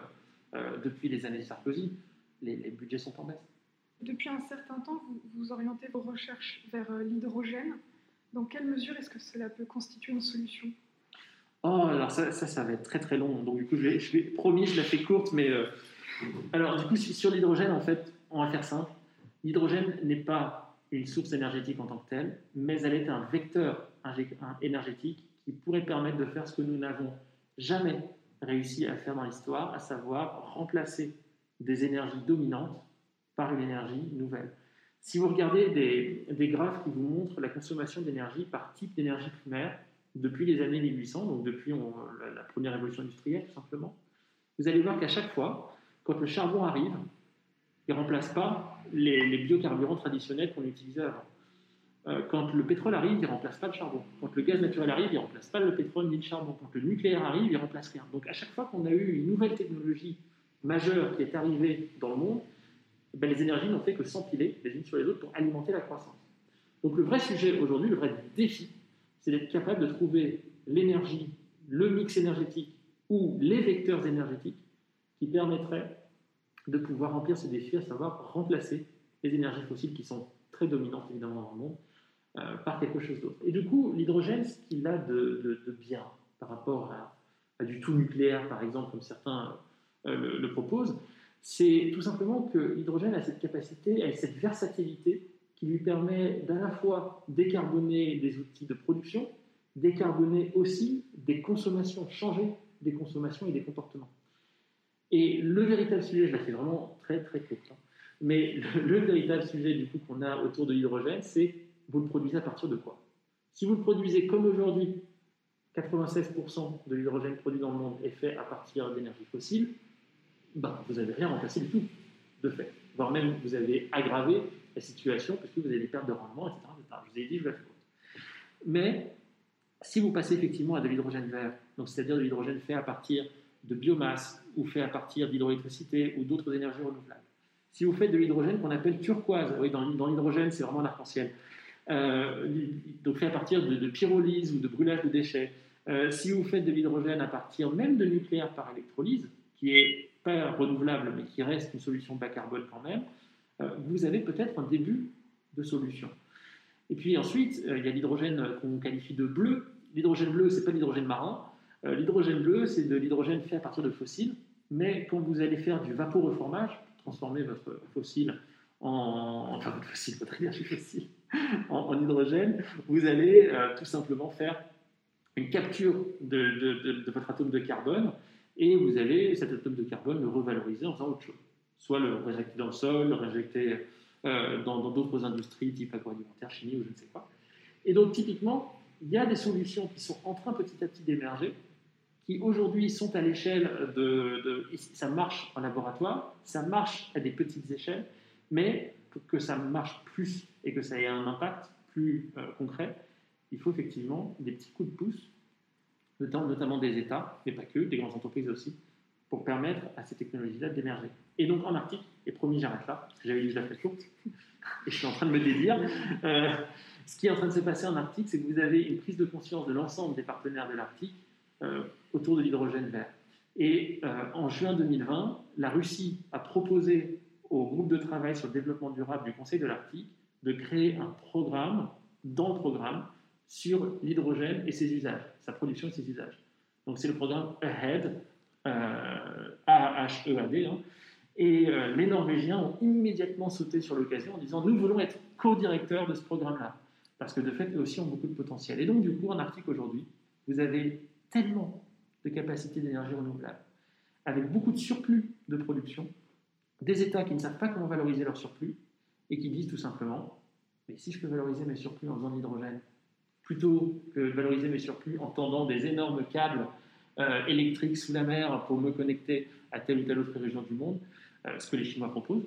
les années Sarkozy, les budgets sont en baisse. Depuis un certain temps, vous orientez vos recherches vers l'hydrogène. Dans quelle mesure est-ce que cela peut constituer une solution? Oh, alors ça va être très très long. Donc du coup, promis, je la fais courte, mais alors du coup, sur l'hydrogène, en fait, on va faire simple. L'hydrogène n'est pas une source énergétique en tant que telle, mais elle est un vecteur énergétique qui pourrait permettre de faire ce que nous n'avons jamais réussi à faire dans l'histoire, à savoir remplacer des énergies dominantes par une énergie nouvelle. Si vous regardez des graphes qui vous montrent la consommation d'énergie par type d'énergie primaire depuis les années 1800, donc depuis la première révolution industrielle tout simplement, vous allez voir qu'à chaque fois, quand le charbon arrive, il ne remplace pas les biocarburants traditionnels qu'on utilisait avant. Quand le pétrole arrive, il ne remplace pas le charbon. Quand le gaz naturel arrive, il ne remplace pas le pétrole ni le charbon. Quand le nucléaire arrive, il ne remplace rien. Donc à chaque fois qu'on a eu une nouvelle technologie majeure qui est arrivée dans le monde, les énergies n'ont fait que s'empiler les unes sur les autres pour alimenter la croissance. Donc le vrai sujet aujourd'hui, le vrai défi, c'est d'être capable de trouver l'énergie, le mix énergétique ou les vecteurs énergétiques qui permettraient de pouvoir remplir ce défi, à savoir remplacer les énergies fossiles qui sont très dominantes évidemment dans le monde par quelque chose d'autre. Et du coup, l'hydrogène, ce qu'il a de bien par rapport à du tout nucléaire, par exemple, comme certains le proposent, c'est tout simplement que l'hydrogène a cette capacité, a cette versatilité qui lui permet d'à la fois décarboner des outils de production, décarboner aussi des consommations, changer des consommations et des comportements. Et le véritable sujet, je la fais vraiment très très courte, mais le véritable sujet du coup qu'on a autour de l'hydrogène, c'est vous le produisez à partir de quoi? Si vous le produisez comme aujourd'hui, 96% de l'hydrogène produit dans le monde est fait à partir d'énergie fossile, vous n'avez rien remplacé du tout, de fait. Voire même, vous avez aggravé la situation puisque vous avez des pertes de rendement, etc. Je vous ai dit, je la fais haute. Mais si vous passez effectivement à de l'hydrogène vert, donc c'est-à-dire de l'hydrogène fait à partir de biomasse ou fait à partir d'hydroélectricité ou d'autres énergies renouvelables, si vous faites de l'hydrogène qu'on appelle turquoise, oui, dans l'hydrogène, c'est vraiment l'arc-en-ciel, donc fait à partir de pyrolyse ou de brûlage de déchets, si vous faites de l'hydrogène à partir même de nucléaire par électrolyse, qui est pas renouvelable mais qui reste une solution bas carbone quand même, vous avez peut-être un début de solution. Et puis ensuite, il y a l'hydrogène qu'on qualifie de bleu. L'hydrogène bleu, c'est pas l'hydrogène marin. L'hydrogène bleu, c'est de l'hydrogène fait à partir de fossiles. Mais quand vous allez faire du vaporeformage, transformer votre fossile votre énergie fossile en hydrogène, vous allez tout simplement faire une capture de votre atome de carbone et vous allez, cet atome de carbone, le revaloriser en faisant autre chose. Soit le réinjecter dans le sol, le réinjecter dans d'autres industries, type agroalimentaire, chimie ou je ne sais quoi. Et donc, typiquement, il y a des solutions qui sont en train petit à petit d'émerger, qui aujourd'hui sont à l'échelle ça marche en laboratoire, ça marche à des petites échelles, mais pour que ça marche plus et que ça ait un impact plus concret, il faut effectivement des petits coups de pouce, notamment des États, mais pas que, des grandes entreprises aussi, pour permettre à ces technologies-là d'émerger. Et donc en Arctique, et promis j'arrête là, parce que j'avais dit que je la ferais courte, et je suis en train de me dédire, ce qui est en train de se passer en Arctique, c'est que vous avez une prise de conscience de l'ensemble des partenaires de l'Arctique autour de l'hydrogène vert. Et en juin 2020, la Russie a proposé au groupe de travail sur le développement durable du Conseil de l'Arctique de créer un programme, dans le programme, sur l'hydrogène et ses usages, sa production et ses usages. Donc c'est le programme AHEAD, A-H-E-A-D, et les Norvégiens ont immédiatement sauté sur l'occasion en disant « Nous voulons être co-directeurs de ce programme-là », parce que de fait, eux aussi ont beaucoup de potentiel. Et donc du coup, en Arctique aujourd'hui, vous avez tellement de capacités d'énergie renouvelable, avec beaucoup de surplus de production, des États qui ne savent pas comment valoriser leur surplus, et qui disent tout simplement « Mais si je peux valoriser mes surplus en faisant de l'hydrogène, plutôt que de valoriser mes surplus en tendant des énormes câbles électriques sous la mer pour me connecter à telle ou telle autre région du monde, ce que les Chinois proposent,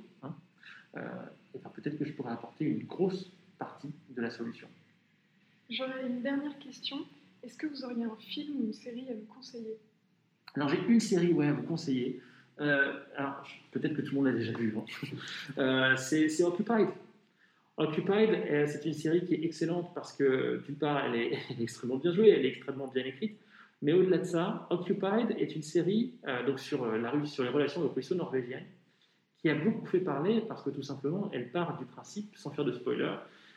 et peut-être que je pourrais apporter une grosse partie de la solution. » J'aurais une dernière question. Est-ce que vous auriez un film ou une série à nous conseiller ? Alors j'ai une série à vous conseiller. Alors peut-être que tout le monde l'a déjà vu. C'est Occupied. Occupied, c'est une série qui est excellente parce que d'une part elle est extrêmement bien jouée, elle est extrêmement bien écrite, mais au-delà de ça, Occupied est une série donc sur les relations avec ruisseaux norvégiennes qui a beaucoup fait parler parce que tout simplement elle part du principe, sans faire de spoiler,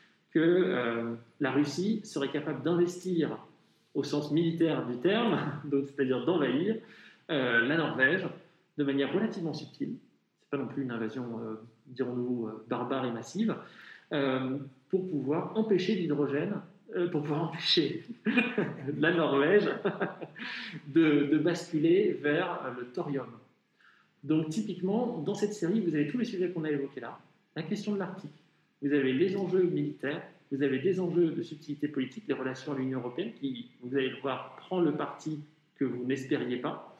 que la Russie serait capable d'investir au sens militaire du terme, donc c'est-à-dire d'envahir la Norvège de manière relativement subtile. C'est pas non plus une invasion, dirons-nous, barbare et massive, pour pouvoir empêcher l'hydrogène, pour pouvoir empêcher la Norvège de basculer vers le thorium. Donc typiquement, dans cette série, vous avez tous les sujets qu'on a évoqués là, la question de l'Arctique, vous avez les enjeux militaires, vous avez des enjeux de subtilité politique, les relations à l'Union européenne, qui, vous allez le voir, prend le parti que vous n'espériez pas.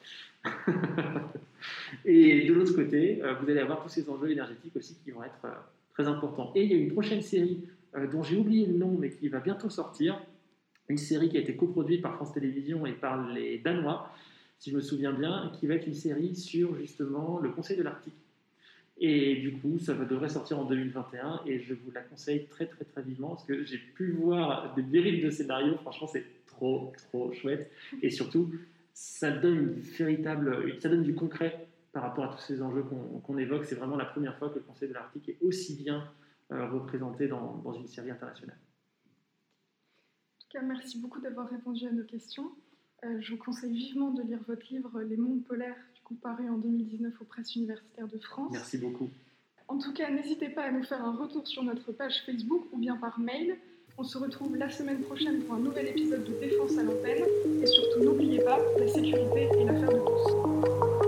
Et de l'autre côté, vous allez avoir tous ces enjeux énergétiques aussi qui vont être très importants. Et il y a une prochaine série dont j'ai oublié le nom, mais qui va bientôt sortir, une série qui a été coproduite par France Télévisions et par les Danois, si je me souviens bien, qui va être une série sur justement le Conseil de l'Arctique. Et du coup, ça devrait sortir en 2021 et je vous la conseille très très très vivement parce que j'ai pu voir des dérives de scénario, franchement c'est trop chouette et surtout ça donne ça donne du concret par rapport à tous ces enjeux qu'on évoque. C'est vraiment la première fois que le Conseil de l'Arctique est aussi bien représenté dans une série internationale. En tout cas, merci beaucoup d'avoir répondu à nos questions. Je vous conseille vivement de lire votre livre « Les mondes polaires », paru en 2019 aux presses universitaires de France. Merci beaucoup. En tout cas, n'hésitez pas à nous faire un retour sur notre page Facebook ou bien par mail. On se retrouve la semaine prochaine pour un nouvel épisode de Défense à l'antenne. Et surtout, n'oubliez pas, la sécurité est l'affaire de tous.